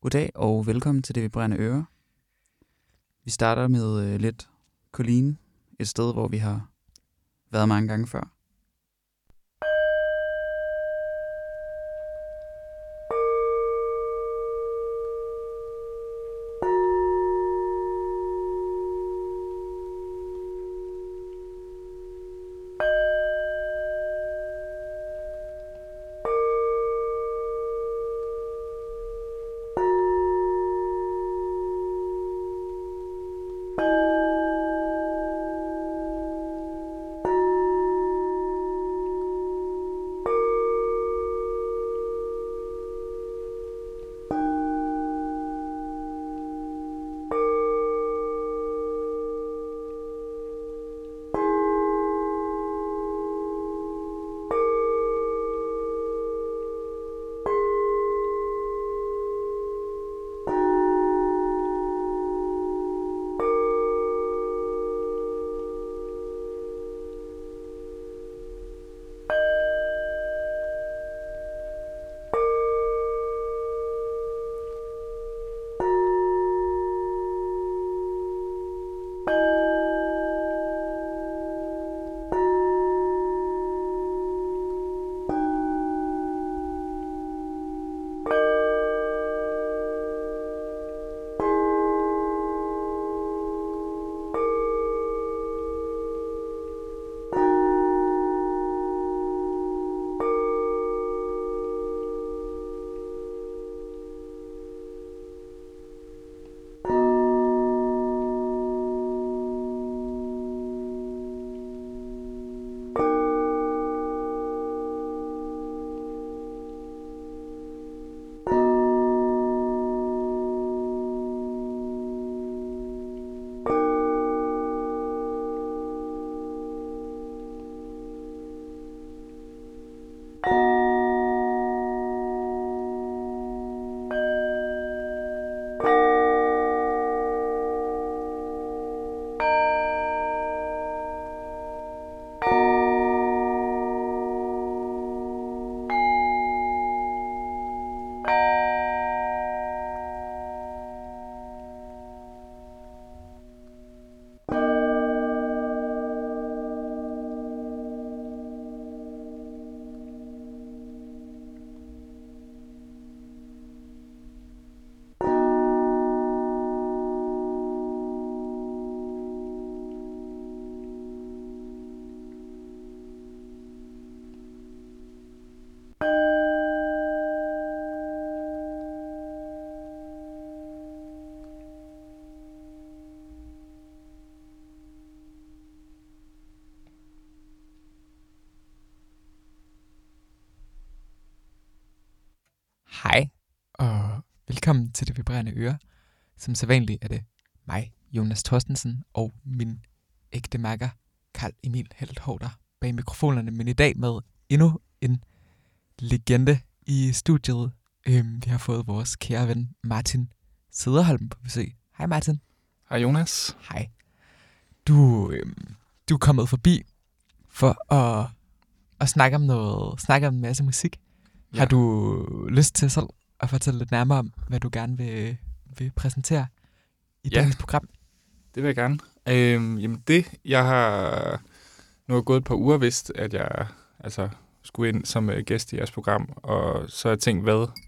Goddag og velkommen til Det Vibrerende Øre. Vi starter med lidt Colleen, et sted, hvor vi har været mange gange før. Hej, og velkommen til Det Vibrerende Øre. Som sædvanligt er det mig, Jonas Thorstensen, og min ægte makker, Carl Emil Helthovder, bag mikrofonerne, men i dag med endnu en legende i studiet. Vi har fået vores kære ven Martin Cederholm på besøg. Hej Martin. Hej Jonas. Hej. Du er kommet forbi for at snakke om en masse musik. Ja. Har du lyst til selv at fortælle lidt nærmere om, hvad du gerne vil præsentere i dagens program? Det vil jeg gerne. Jamen jeg har nu gået et par uger vidst, at jeg skulle ind som gæst i jeres program, og så har jeg tænkt,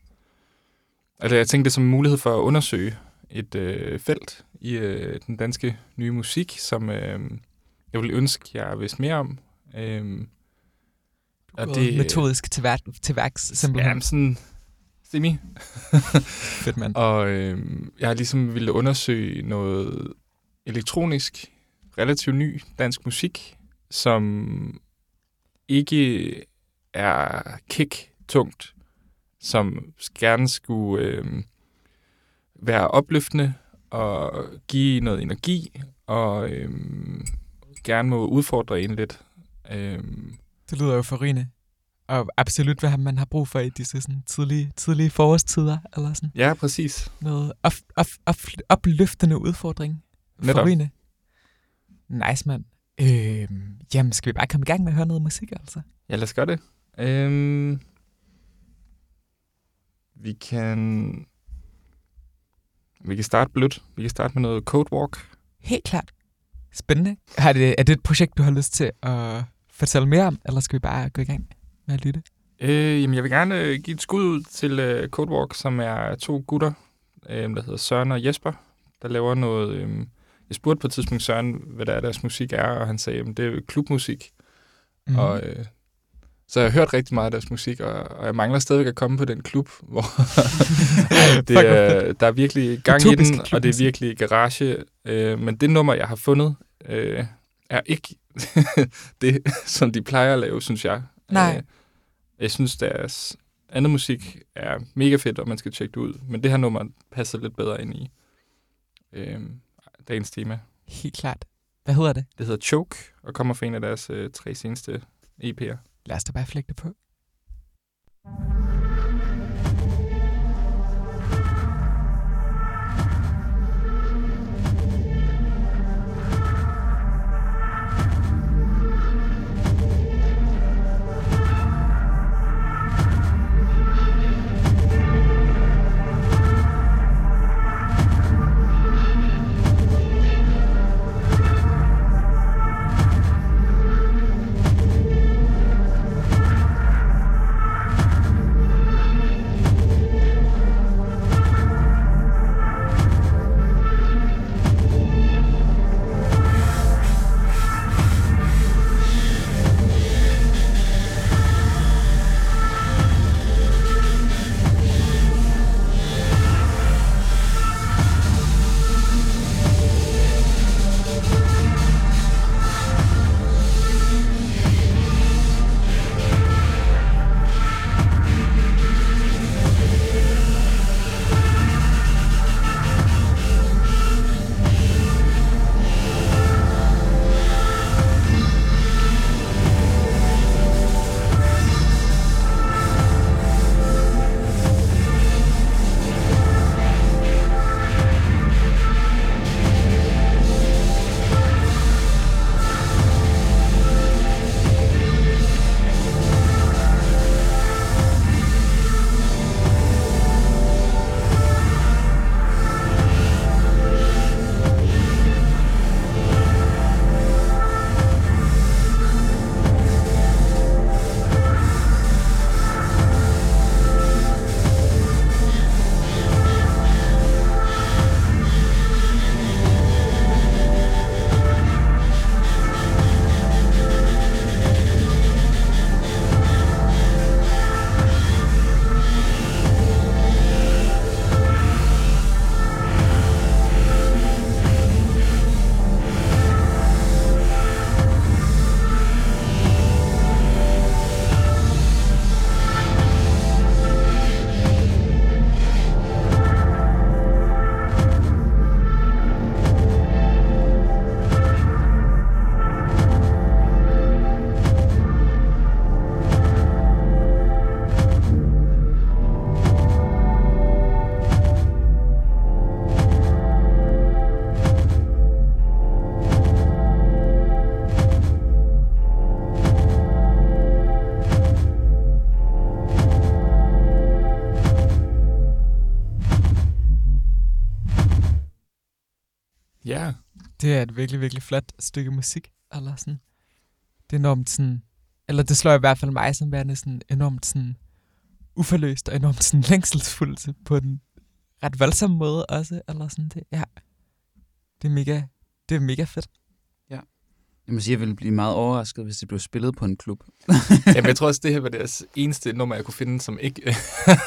jeg tænkte det som en mulighed for at undersøge et felt i den danske nye musik, som jeg ville ønske, jeg vidste mere om. Og det metodisk til værks, simpelthen. Ja, sådan semi. Fedt, mand. Og jeg har ligesom ville undersøge noget elektronisk, relativt ny dansk musik, som ikke er kick-tungt, som gerne skulle være opløftende og give noget energi, og gerne må udfordre en lidt. Det lyder jo forrygende. Og absolut, hvad man har brug for i disse sådan tidlige forårstider, eller sådan. Ja, præcis. Noget opløftende udfordring. Forrygende. Nice, mand. Jamen, skal vi bare komme i gang med at høre noget musik, altså? Ja, lad os gøre det. Vi kan Vi kan starte blødt. Vi kan starte med noget Code Walk. Helt klart. Spændende. Er det et projekt, du har lyst til at fortælle mere om, eller skal vi bare gå i gang med at lytte? Jamen, jeg vil gerne give et skud ud til Code Walk, som er 2 gutter, der hedder Søren og Jesper, der laver noget... Jeg spurgte på et tidspunkt Søren, hvad der er deres musik er, og han sagde, at det er klubmusik. Mm. Og så jeg har hørt rigtig meget af deres musik, og jeg mangler stadigvæk at komme på den klub, hvor der er virkelig gang i den, og det er virkelig garage. Men det nummer, jeg har fundet, er ikke det, som de plejer at lave, synes jeg. Nej. Jeg synes, deres andet musik er mega fedt, og man skal tjekke det ud. Men det her nummer passer lidt bedre ind i dagens tema. Helt klart. Hvad hedder det? Det hedder Choke, og kommer fra en af deres 3 seneste EP'er. Lad os da bare flække det på. Ja. Det er et virkelig, virkelig flot stykke musik, eller sådan. Det er enormt sådan, eller det slår i hvert fald mig som værende sådan enormt sådan uforløst og enormt sådan længselsfuldt på en ret voldsom måde også, eller sådan det. Ja, det er mega fedt. Jeg må sige, at jeg ville blive meget overrasket, hvis det blev spillet på en klub. Jamen, jeg tror også, det her var deres eneste nummer, jeg kunne finde, som ikke...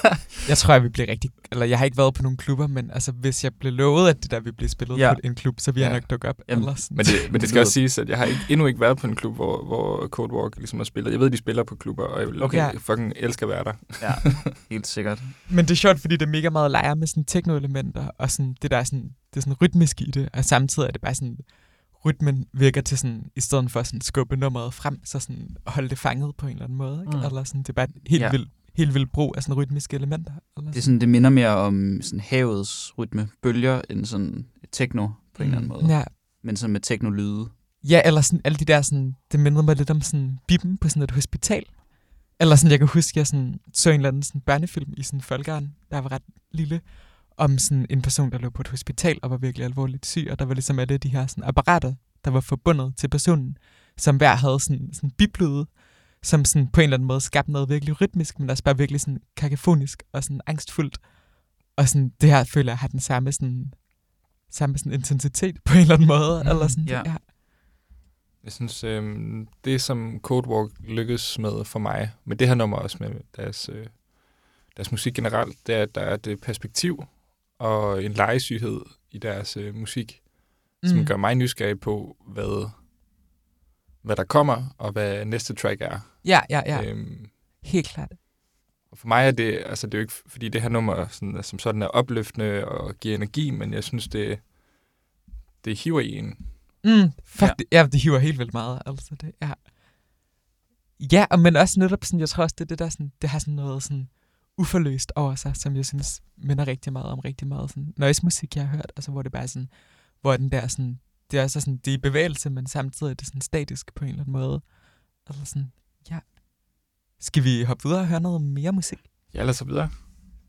Jeg tror, jeg vil blive rigtig... Eller jeg har ikke været på nogle klubber, men altså, hvis jeg blev lovet, at det der vil blive spillet på en klub, så vil jeg nok dukke op. Jamen, eller sådan. Men det skal også siges, at jeg har endnu ikke været på en klub, hvor Code Walk ligesom har spillet. Jeg ved, de spiller på klubber, og jeg vil fucking elske at være der. Ja, helt sikkert. Men det er sjovt, fordi det er mega meget leger med sådan techno-elementer, og sådan, det der er sådan, det er sådan rytmisk i det, og samtidig er det bare sådan... Rytmen virker til sådan, i stedet for sådan skubbe nummeret frem, så sådan holde det fanget på en eller anden måde, ikke? Eller sådan, det er bare helt vildt brug af sådan rytmiske elementer. Eller det er sådan, det minder mere om sådan havets rytme, bølger, end sådan techno på en eller anden måde. Ja. Men sådan med techno-lyde. Ja, eller sådan alle de der sådan, det mindede mig lidt om sådan Bibben på sådan et hospital. Eller sådan, jeg kan huske, jeg sådan, så en eller anden sådan børnefilm i sådan Folkeren, der var ret lille, om sådan en person, der lå på et hospital og var virkelig alvorligt syg, og der var ligesom alle de her sådan apparater, der var forbundet til personen, som hver havde sådan biplyde, som sådan på en eller anden måde skabte noget virkelig rytmisk, men også bare virkelig sådan kakafonisk og sådan angstfuldt. Og sådan, det her føler jeg har den samme sådan intensitet på en eller anden måde. Eller sådan, ja. Jeg synes, det som Codewalk lykkedes med for mig, med det her nummer også med deres musik generelt, det er, at der er et perspektiv og en legesyghed i deres musik, som gør mig nysgerrig på, hvad der kommer, og hvad næste track er. Ja. Helt klart. Og for mig er det, altså det er jo ikke, fordi det her nummer sådan, som sådan er opløftende og giver energi, men jeg synes, det hiver i en. Ja, det hiver helt vildt meget. Altså det, ja. Ja, men også netop sådan, jeg tror også, det der sådan, det har sådan noget sådan uforløst over sig, som jeg synes minder rigtig meget om rigtig meget sådan noise-musik, jeg har hørt, altså hvor det bare sådan, hvor den der sådan, det er også sådan, det er i bevægelse, men samtidig er det sådan statisk på en eller anden måde. Altså sådan, ja. Skal vi hoppe videre og høre noget mere musik? Ja, lad os hoppe videre.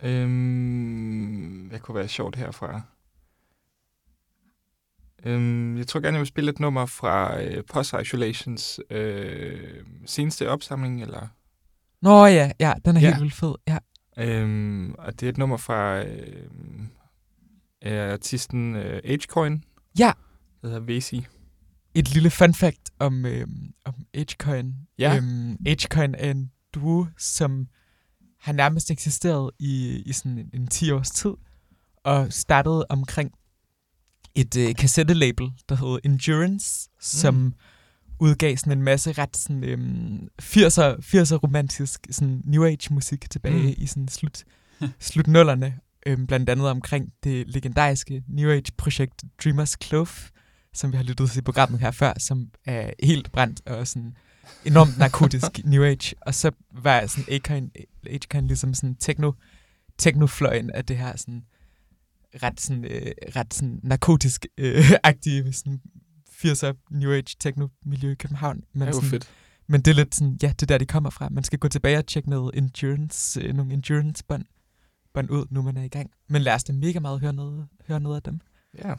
Hvad kunne være sjovt herfra? Jeg tror gerne, jeg vil spille et nummer fra Post Isolations seneste opsamling, eller? Nå ja, den er helt vildt fed, ja. Og det er et nummer fra artisten Agecoin. Ja. Det hedder Vesi. Et lille fun fact om Agecoin. Ja. Agecoin er en duo, som har nærmest eksisteret i sådan en 10 års tid, og startede omkring et kassettelabel, der hed Endurance, som udgav sådan en masse ret sådan 80'er romantisk sådan New Age musik tilbage i sådan slut nullerne, blandt andet omkring det legendariske New Age projekt Dreamers Clove, som vi har lyttet til i programmet her før, som er helt brændt og sådan enormt narkotisk New Age. Og så var sådan Agecoin ligesom sådan technofløjen af det her sådan ret sådan narkotisk agtige sådan 80'er New Age techno-miljø i København. Men det er jo sådan, fedt. Men det er lidt sådan, ja, det er der, de kommer fra. Man skal gå tilbage og tjekke nogle endurance-bånd ud, nu man er i gang. Men lad os da mega meget høre noget af dem. Ja.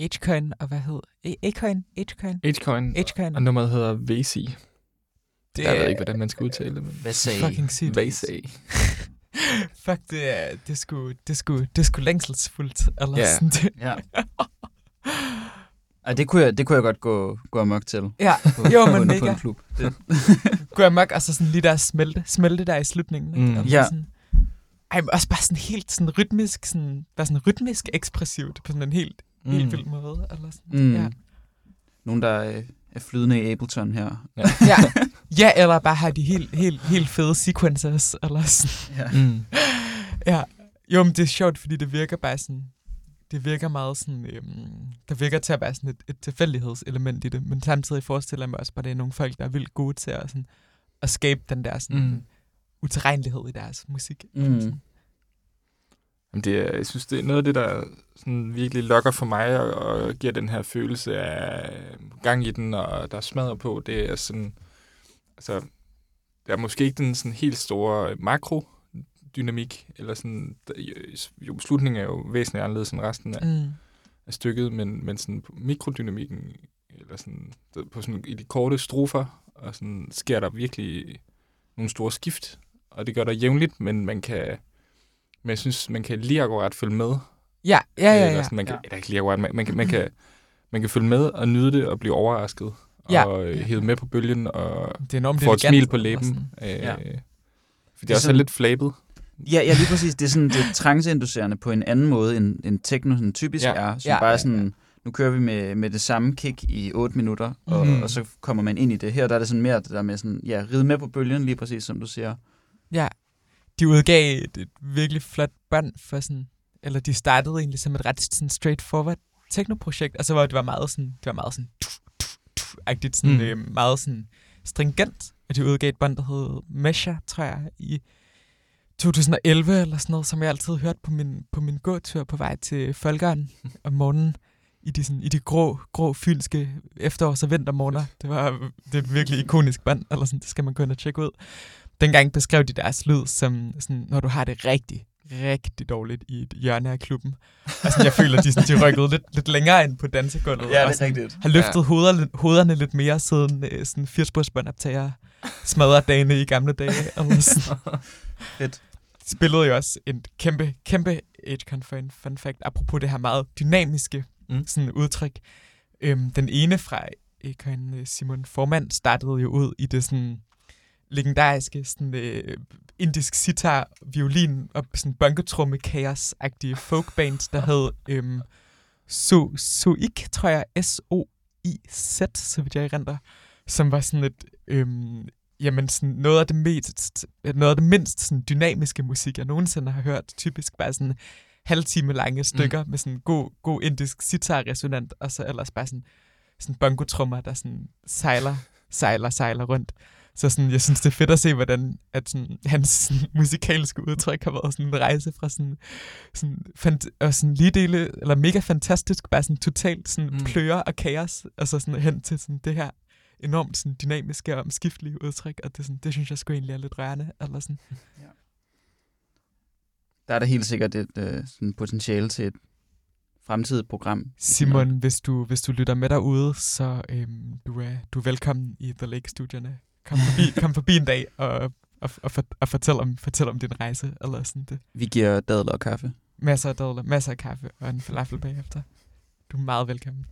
H-Coin, og hvad hed A-Coin? H-Coin, H-Coin. og nummeret hedder Vasi. Det Jeg ved ikke, hvordan man skal udtale det, men Hvad sagde fucking sygt. Vasi. Fuck, det er sgu længselsfuldt, eller Ja. sådan det. Ja. Ej, det kunne jeg godt gå amok til. Ja, På, jo, på men en mega. klub. Det. Gå amok, og så sådan lige der smelte der i slutningen. Ikke? Mm. Og Ja. Sådan, men også bare sådan helt sådan rytmisk, bare sådan rytmisk ekspressivt, på sådan en helt vild måde. Eller sådan. Mm. Ja. Nogen, der er flydende i Ableton her. Ja, eller bare har de helt fede sequences, eller sådan. Ja. Mm. Ja, jo, men det er sjovt, fordi det virker bare sådan, det virker meget sådan, der virker til at være sådan et tilfældighedselement i det, men samtidig forestiller jeg mig også bare, at det er nogle folk, der er vildt gode til at skabe den der sådan utilregnelighed i deres musik. Mm. Jamen jeg synes, det er noget af det, der sådan virkelig lokker for mig og giver den her følelse af gang i den, og der er smadret på. Det er sådan, altså, der er måske ikke den sådan helt store makrodynamik, eller sådan, jo, slutningen er jo væsentligt anderledes end resten af stykket, men sådan på mikrodynamikken, eller sådan, på sådan, i de korte strofer, og sådan, sker der virkelig nogle store skift, og det gør der jævnligt, men jeg synes, man kan lige akkurat følge med. Ja. Eller sådan, man kan, eller ikke lige akkurat, man kan følge med og nyde det og blive overrasket. Og hæve med på bølgen og det er enormt få et elegant, smil på læben. For det er også sådan, lidt flabet. Ja, lige præcis. Det er sådan det er tranceinducerende på en anden måde, end techno sådan typisk er. Som bare sådan, nu kører vi med det samme kick i 8 minutter, og så kommer man ind i det. Her der er det sådan mere det der med sådan, ride med på bølgen, lige præcis som du siger. Ja. De udgav et virkelig flot bånd for sådan, eller de startede egentlig som et ret sådan straightforward techno-projekt, og så var det var meget sådan agtigt, sådan, meget sådan stringent, og de udgav et bånd, der hed Mesha, tror jeg, i 2011 eller sådan noget, som jeg altid hørte på min gåtur på vej til Folkeren om morgenen, i de grå fynske efterårs- og vintermorgener. Det er et virkelig ikonisk band, eller sådan, det skal man gå ind og tjekke ud. Dengang beskrev de deres lyd som sådan, når du har det rigtig, rigtig dårligt i et hjørne af klubben. Altså, jeg føler, de rykkede lidt længere ind på dansegulvet. Ja, det er sådan, rigtigt. har løftet hovederne lidt mere siden sådan 80-sporsbåndoptager smadrede dagene i gamle dage. Fedt. Spillede jo også en kæmpe H-Con for en fun fact, apropos det her meget dynamiske sådan udtryk. Den ene fra H-Con, Simon Formand, startede jo ud i det sådan legendariske sådan, indisk sitar, violin og sådan bunketromme kaos-agtige folkband, der hed Soik, tror jeg, S-O-I-Z, så vidt jeg erindrer, som var sådan et sådan noget af det mindst sådan dynamiske musik, jeg nogensinde har hørt. Typisk bare sådan halvtime lange stykker med sådan god indisk sitar-resonant, og så ellers bare sådan bongotrummer, der sådan sejler rundt. Så sådan, jeg synes, det er fedt at se, hvordan at sådan, hans sådan, musikalske udtryk har været sådan en rejse fra og sådan lige dele, eller mega fantastisk, bare sådan totalt sådan pløre og kaos, og så sådan hen til sådan det her enormt sådan dynamiske og omskiftelige udtryk, og det synes jeg sgu egentlig er lidt rørende, eller sådan. Ja. Der er der helt sikkert et sådan potentiale til et fremtidigt program. Simon, hvis du lytter med derude, så du er velkommen i The Lake-studierne. Kom forbi en dag og fortæl om din rejse, eller sådan det. Vi giver dadler og kaffe. Masser af dadler, masser af kaffe og en falafel bagefter. Du er meget velkommen.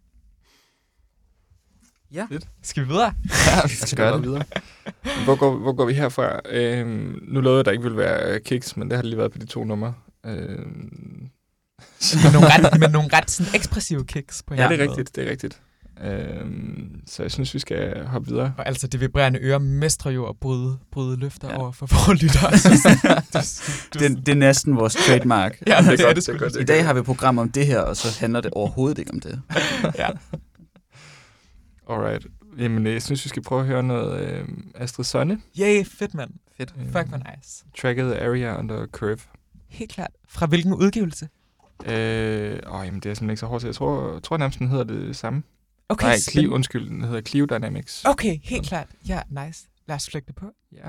Ja. Skal vi videre? Ja, vi skal gøre det videre. Hvor går vi herfra? Nu lovede jeg, at der ikke ville være kicks, men det har det lige været på de 2 numre. Med nogle ret sådan ekspressive kicks på det er rigtigt. Så jeg synes, vi skal hoppe videre. Og altså, det vibrerende øre mestrer jo at bryde løfter over for vores lyttere. Det er næsten vores trademark. Ja, det er det sgu. I dag har vi et program om det her, og så handler det overhovedet ikke om det. Ja. Alright. Jamen, jeg synes, vi skal prøve at høre noget Astrid Sonne. Yay, fedt mand. Fedt. Fuck, hvor nice. Tracket Area Under Curve. Helt klart. Fra hvilken udgivelse? Jamen, det er simpelthen ikke så hårdt. Jeg tror nærmest, den hedder det samme. Okay, Nej, den hedder Clio Dynamics. Okay, helt klart. Ja, nice. Lad os flække det på. Ja.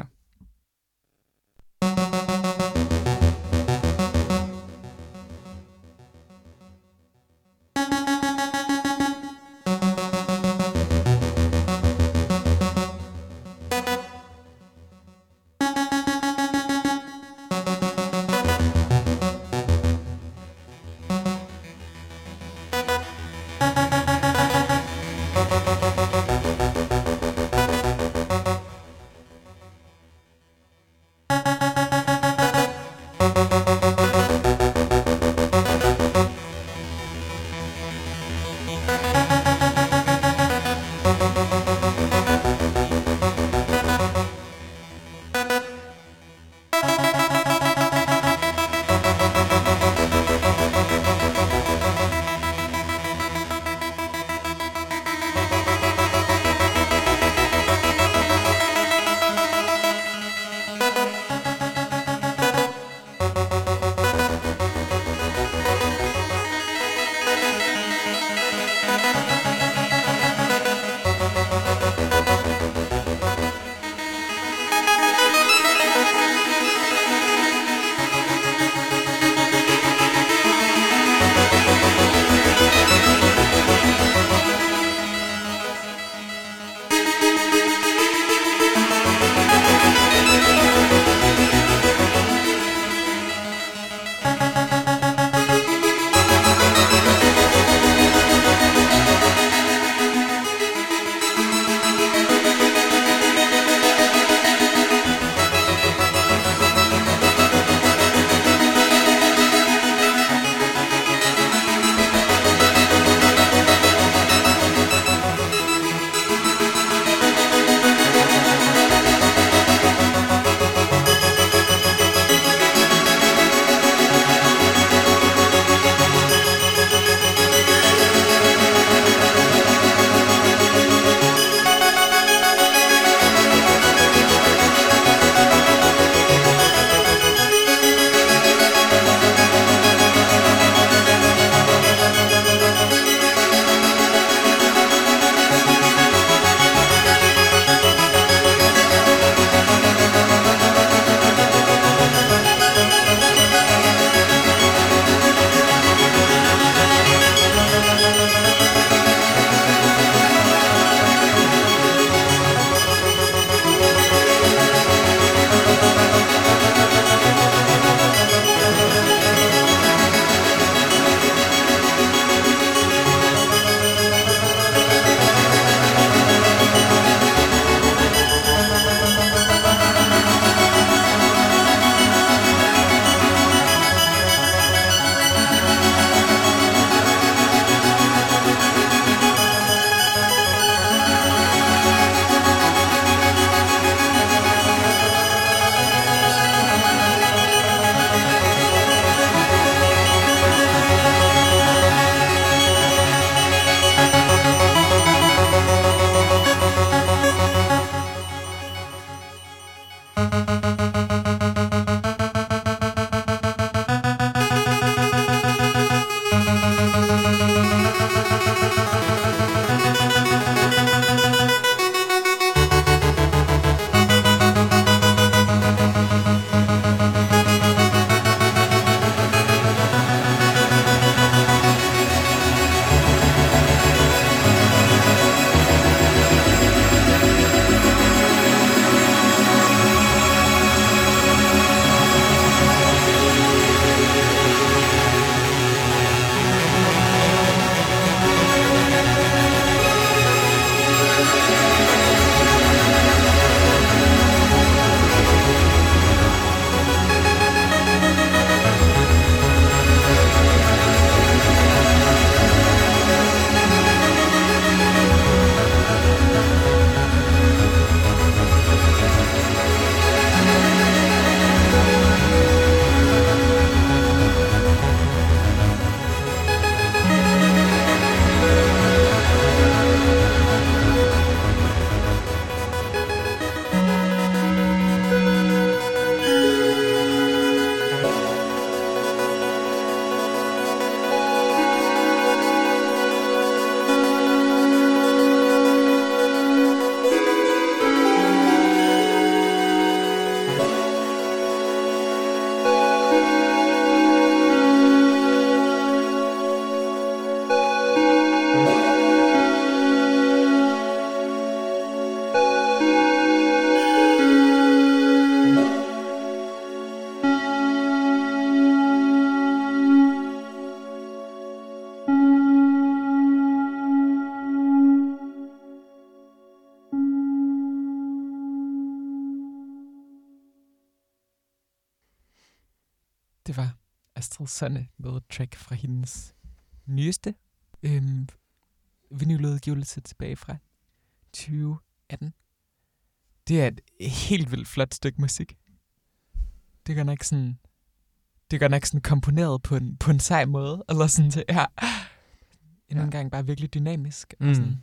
Astrid Sonne med et track fra hendes nyeste vinyludgivelse tilbage fra 2018. Det er et helt vildt flot stykke musik. Det gør nok sådan komponeret på en sej måde, eller sådan til, endnu en gang bare virkelig dynamisk. Og sådan.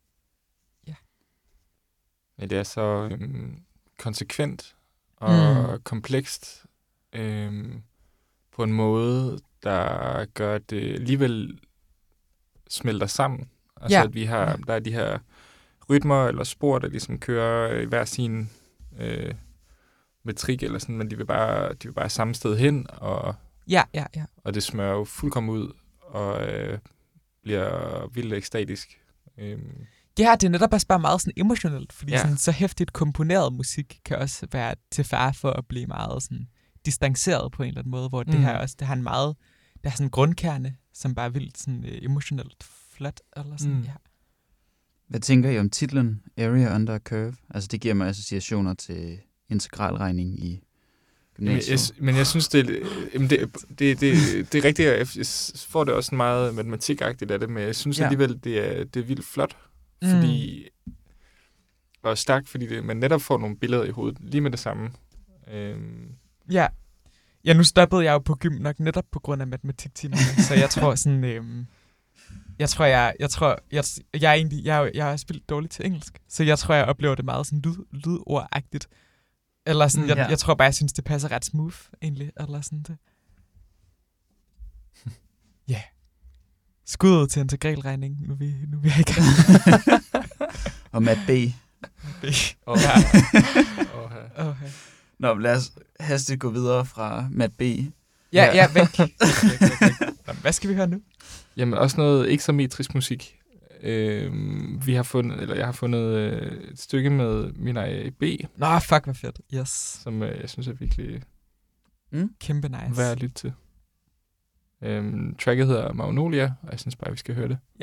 Ja, det er så konsekvent og komplekst på en måde, der gør, at det alligevel smelter sammen. Altså, at der er de her rytmer eller spor, der ligesom kører i hver sin metrik eller sådan, men de vil bare samme sted hen, og og det smører jo fuldkommen ud og bliver vildt ekstatisk. Ja, det er netop også bare meget sådan emotionelt, fordi sådan, så hæftigt komponeret musik kan også være til fare for at blive meget sådan distanceret på en eller anden måde, hvor det her også, det har en meget, der har sådan en grundkerne, som bare er vildt sådan emotionelt flot, eller sådan, Hvad tænker I om titlen Area Under a Curve? Altså, det giver mig associationer til integralregning i gymnasiet. Men jeg synes, det er rigtigt, jeg får det også meget matematikagtigt af det, men jeg synes alligevel, det er vildt flot, fordi og stærkt, fordi man netop får nogle billeder i hovedet, lige med det samme. Ja, nu stoppede jeg jo på gym nok netop på grund af matematiktimerne, så jeg tror sådan, jeg har spillet dårligt til engelsk, så jeg tror, jeg oplever det meget sådan lydordagtigt. Eller sådan, jeg tror bare, jeg synes, det passer ret smooth, egentlig, eller sådan det. Ja. Skud til integralregning, nu vi er i gang. Og Matt B. Nå, lad os hastigt gå videre fra Matt B. Væk. Hvad skal vi høre nu? Jamen, også noget eksometrisk musik. Jeg har fundet et stykke med Minaj B. Nå, fuck, hvor fedt. Yes. Som jeg synes er virkelig kæmpe nice. Værd at lytte til. Tracket hedder Magnolia, og jeg synes bare, vi skal høre det. Ja.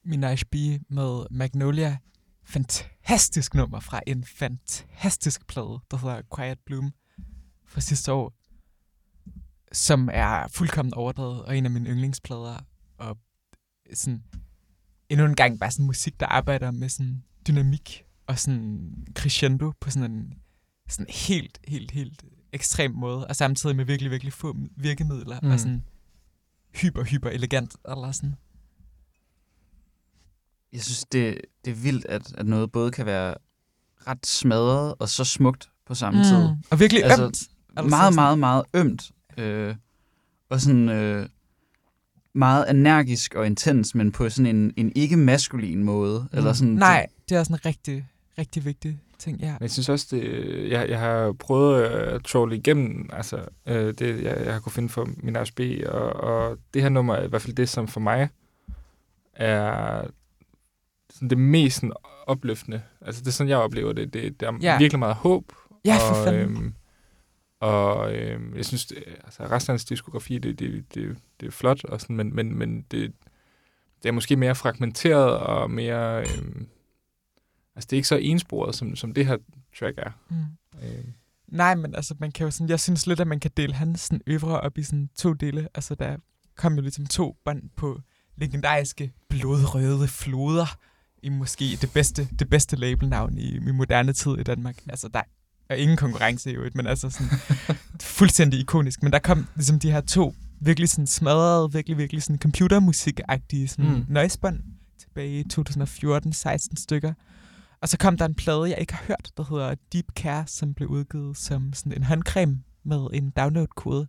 Minaj B med Magnolia. Fantastisk nummer fra en fantastisk plade, der hedder Quiet Bloom fra sidste år, som er fuldkommen overdrevet og en af mine yndlingsplader. Og sådan endnu en gang bare sådan musik, der arbejder med sådan dynamik og sådan crescendo på sådan en sådan helt ekstrem måde, og samtidig med virkelig, virkelig få virkemidler, og sådan hyper elegant, eller sådan. Jeg synes, det er vildt, at noget både kan være ret smadret og så smukt på samme tid. Og virkelig ømt. Meget ømt. Og sådan meget energisk og intens, men på sådan en ikke-maskulin måde. Eller sådan, nej, det er sådan en rigtig vigtig ting, ja. Men jeg synes også, jeg har prøvet at trolle igennem, altså det, jeg har kunnet finde for Minaj B, og det her nummer er i hvert fald det, som for mig er sådan det mest sådan opløftende. Altså det er sådan, jeg oplever det. Der er virkelig meget håb. Ja, for fanden. Jeg synes, altså resten af hans diskografi, det er flot, og sådan, men det er måske mere fragmenteret og mere... altså det er ikke så ensporet, som det her track er. Nej, men altså man kan jo sådan... Jeg synes lidt, at man kan dele hans sådan øvre op i sådan 2 dele. Altså der kom jo ligesom 2 bånd på legendariske blodrøde floder i måske det bedste labelnavn i moderne tid i Danmark. Altså der er ingen konkurrence i øvrigt, men altså sådan fuldstændig ikonisk. Men der kom ligesom de her 2 virkelig sådan smadrede, virkelig sådan computermusik-agtige sådan noisebånd tilbage i 2014, 16 stykker. Og så kom der en plade, jeg ikke har hørt, der hedder Deep Care, som blev udgivet som sådan en håndcreme med en download-kode.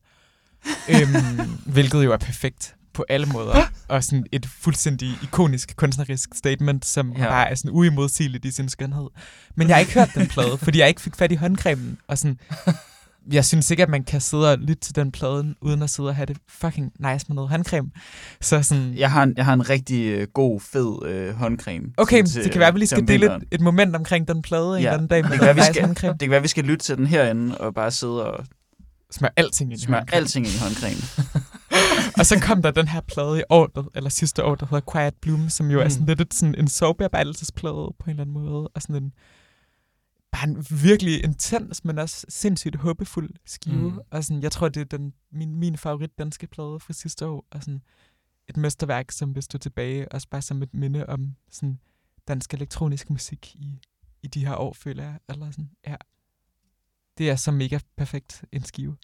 Hvilket jo er perfekt på alle måder. Og sådan et fuldstændig ikonisk kunstnerisk statement, som bare er sådan uimodsigeligt i sin skønhed. Men jeg har ikke hørt den plade, fordi jeg ikke fik fat i håndcremen. Og sådan, jeg synes ikke, at man kan sidde og lytte til den plade, uden at sidde og have det fucking nice med noget håndcreme. Så sådan... Jeg har en rigtig god, fed håndcreme. Okay, til, det kan være, at vi lige skal dele et moment omkring den plade en eller anden dag med håndcreme. Det kan være, vi skal lytte til den herinde og bare sidde og smør alting ind i håndcreme. Og så kom der den her plade i år, eller sidste år, der hedder Quiet Bloom, som jo er sådan lidt sådan en sorgbearbejdelsesplade på en eller anden måde, og sådan bare en virkelig intens, men også sindssygt håbefuld skive. Og sådan, jeg tror, det er min favorit danske plade fra sidste år, og sådan et mesterværk, som vil stå tilbage, også bare som et minde om sådan dansk elektronisk musik i de her år, føler jeg. Eller sådan, ja. Det er så mega perfekt en skive.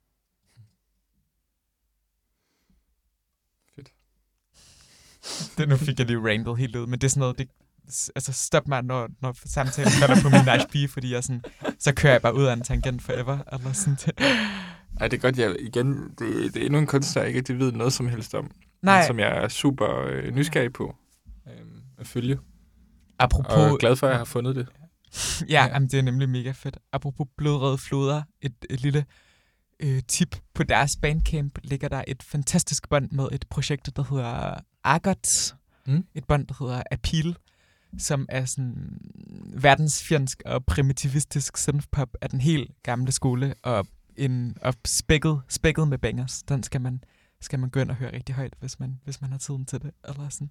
Det nu fik jeg lige randet helt ud, men det er sådan noget, altså stop mig, når samtalen falder på min Minaj B, fordi jeg sådan, så kører jeg bare ud af en tangent forever, eller sådan det. Ej, det er godt, det er endnu en kunstner, jeg ikke rigtig ved noget som helst om. Nej. Som jeg er super nysgerrig på at følge. Apropos... Og glad for, at jeg har fundet det. Ja. Jamen, det er nemlig mega fedt. Apropos blodrøde floder, et lille tip på deres Bandcamp ligger der et fantastisk bånd med et projekt, der hedder Argot. Et bånd, der hedder Appeal, som er sådan verdensfjendsk og primitivistisk synthpop af den helt gamle skole, og spækket med bangers. Den skal man gå ind og høre rigtig højt, hvis man har tiden til det. Eller sådan.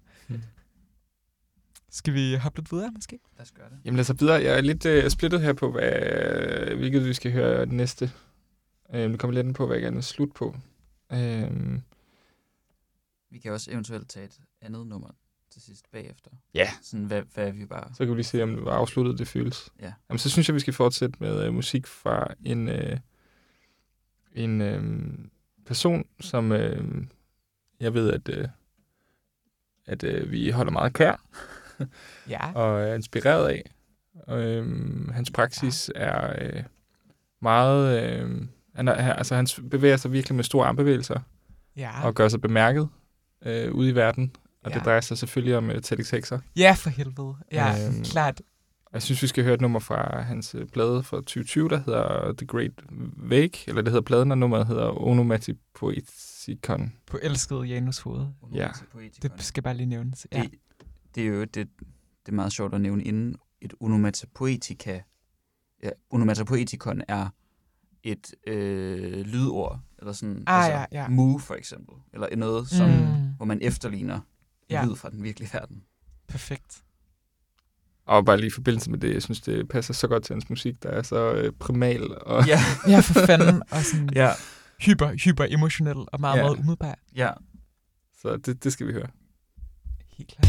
Skal vi hoppe lidt videre, måske? Lad os gøre det. Jamen lad os videre. Jeg er lidt splittet her på, hvilket vi skal høre næste. Det kommer lidt på, hvad jeg gerne vil slutte på. Vi kan også eventuelt tage et andet nummer til sidst bagefter. Ja. Sådan, hvad vi bare... Så kan vi lige se, om det var afsluttet, det føles. Ja. Jamen, så synes jeg, vi skal fortsætte med musik fra en person, som jeg ved, at vi holder meget kær. Ja. Og er inspireret af. Hans praksis er meget... han bevæger sig virkelig med store armbevægelser. Ja. Og gør sig bemærket ude i verden. Og det drejer sig selvfølgelig om TEDx Hexer. Ja, for helvede. Ja, klart. Jeg synes, vi skal høre et nummer fra hans plade fra 2020, der hedder The Great Wake, eller det hedder pladen, og nummeret hedder Onomatopoeticon. På elskede Janus hoved. Ja. Det skal bare lige nævnes. Ja. Det er jo det er meget sjovt at nævne inden et onomatopoeticon er et lydord, eller sådan, ja. moo for eksempel, eller noget, hvor man efterligner lyd fra den virkelige verden. Perfekt. Og bare lige i forbindelse med det, jeg synes, det passer så godt til hans musik, der er så primal. Og ja, for fanden. Og sådan hyper emotionel og meget, meget umiddelbar. Ja. Så det skal vi høre. Helt klart.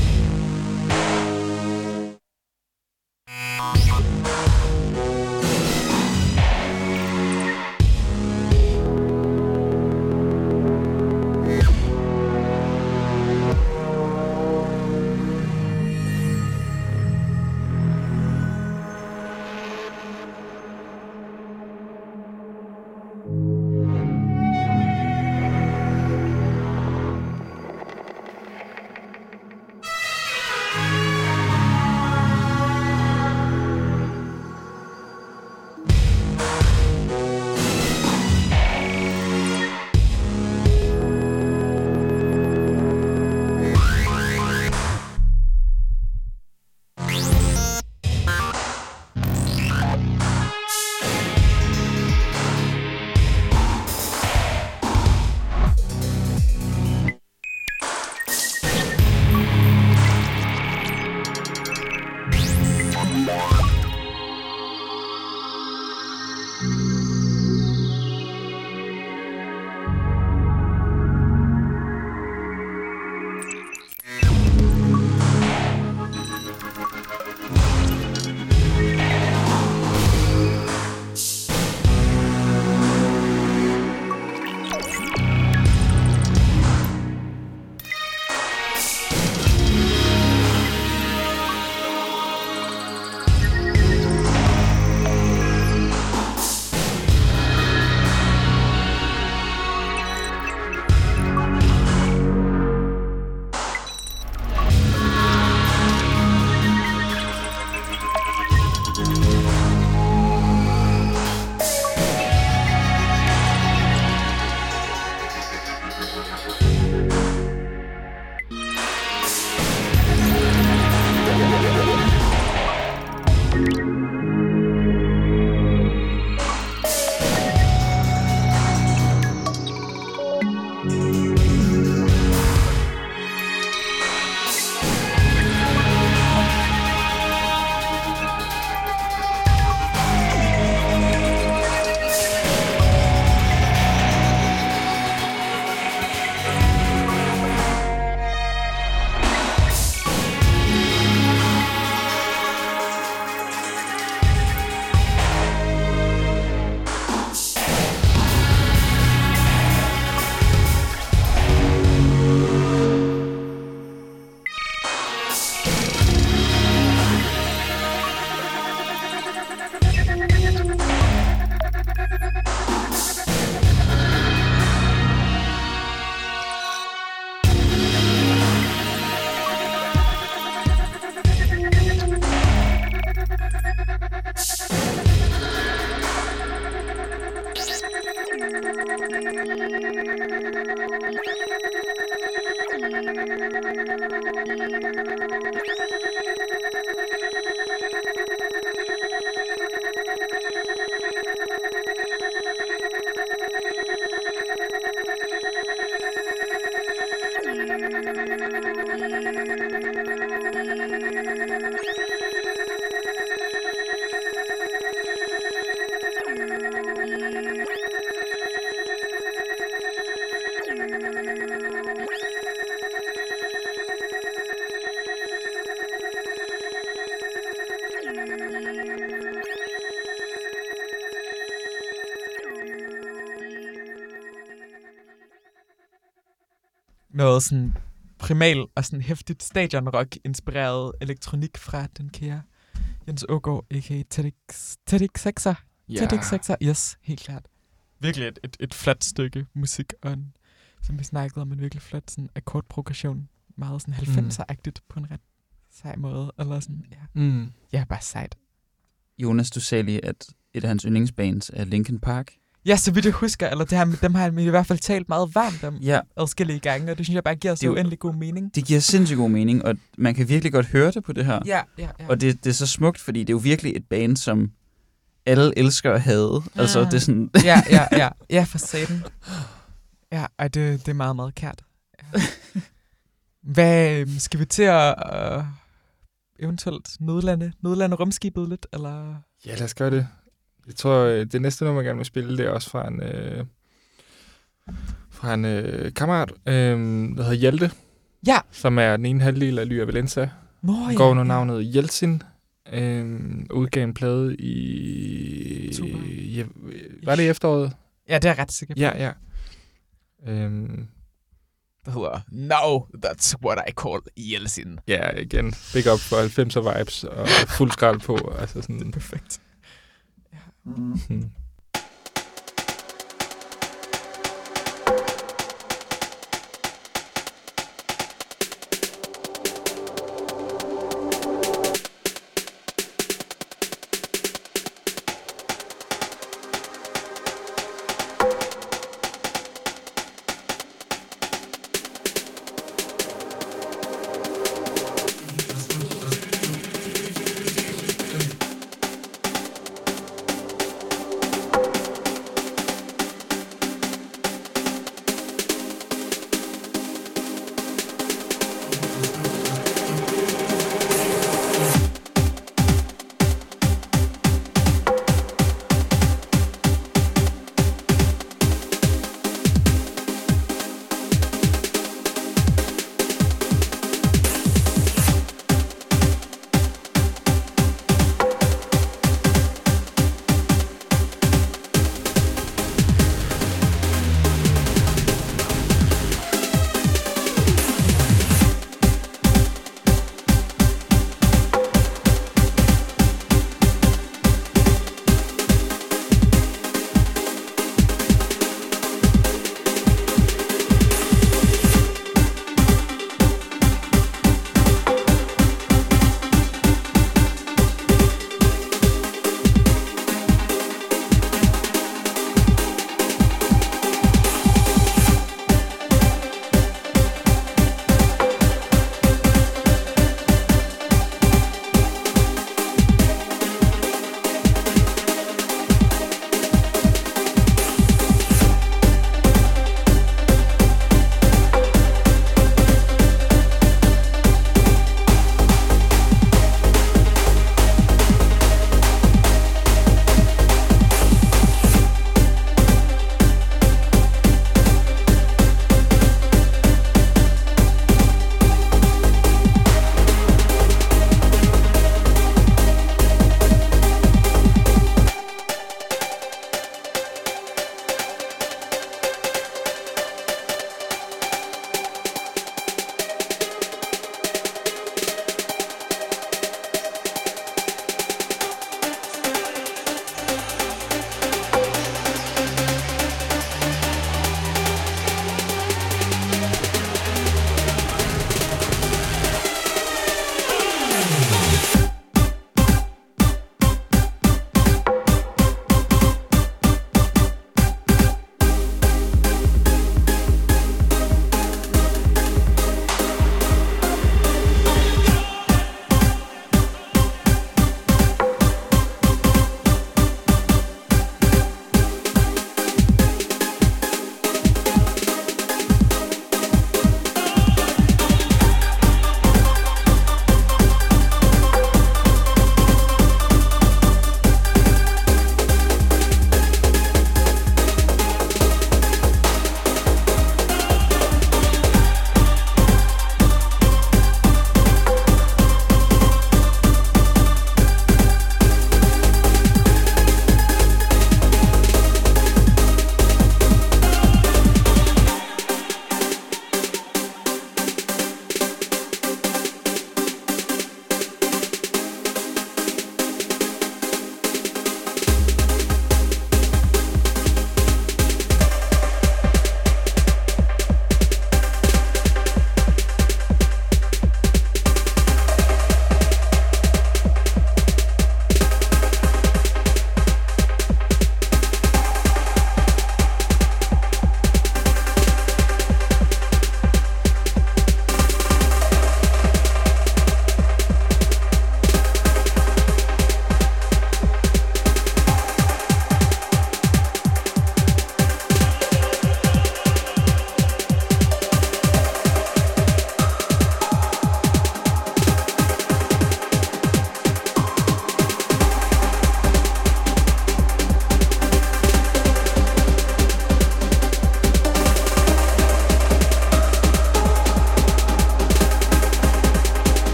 Noget sådan primal og sådan hæftigt stadionrock-inspireret elektronik fra den kære Jens Aagaard, a.k.a. TEDx6'er. Ja. TEDx6'er, yes, helt klart. Virkelig et fladt stykke musik, og en, som vi snakkede om, en virkelig flat sådan akkordprogression. Meget sådan 90'er-agtigt på en ret sej måde. Eller sådan, ja, bare sejt. Jonas, du sagde lige, at et af hans yndlingsbands er Linkin Park. Ja, så vidt jeg husker, eller dem har jeg i hvert fald talt meget varmt om adskillige gange, og det synes jeg bare giver så uendelig god mening. Det giver sindssygt god mening, og man kan virkelig godt høre det på det her. Ja. Og det er så smukt, fordi det er jo virkelig et band, som alle elsker at hade. Altså, det er sådan... Ja, for satan. Ja, og det er meget, meget kært. Ja. Hvad skal vi til at eventuelt nødlande rumskibet lidt, eller? Ja, lad os gøre det. Jeg tror, det næste nummer, jeg gerne vil spille, det er også fra en kammerat, der hedder Hjalte. Ja. Som er den ene halvdel af Lyra Valenza. Går under navnet Jeltsin. Udgav en plade i... var det i efteråret? Ja, det er ret sikkert. Ja. Der hedder Now That's What I Call Jeltsin. Ja, igen. Big up for 90'er vibes og fuld skrald på. Altså sådan. Det er perfekt. Ja.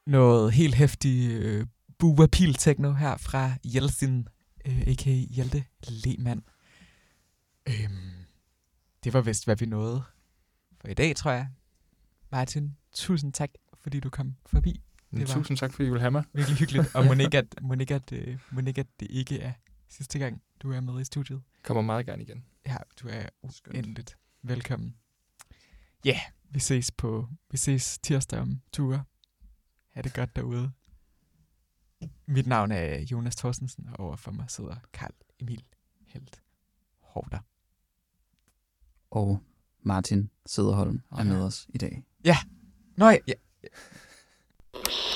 noget helt hæftig buerpil techno her fra Jelsin, a.k.a. Hjalte Lehmann. Det var vist, hvad vi nåede for i dag, tror jeg. Martin, tusind tak, fordi du kom forbi. Tusind tak, fordi du ville have mig. Virkelig hyggeligt. Og må ikke, at det ikke er sidste gang, du er med i studiet. Kommer meget gerne igen. Ja, du er uendeligt velkommen. Ja, yeah, vi ses tirsdag om 2 uger. Ha' det godt derude. Mit navn er Jonas Thorstensen, og overfor mig sidder Carl Emil Helt Hårder. Og Martin Sederholm er med os i dag. Ja. Nå ja.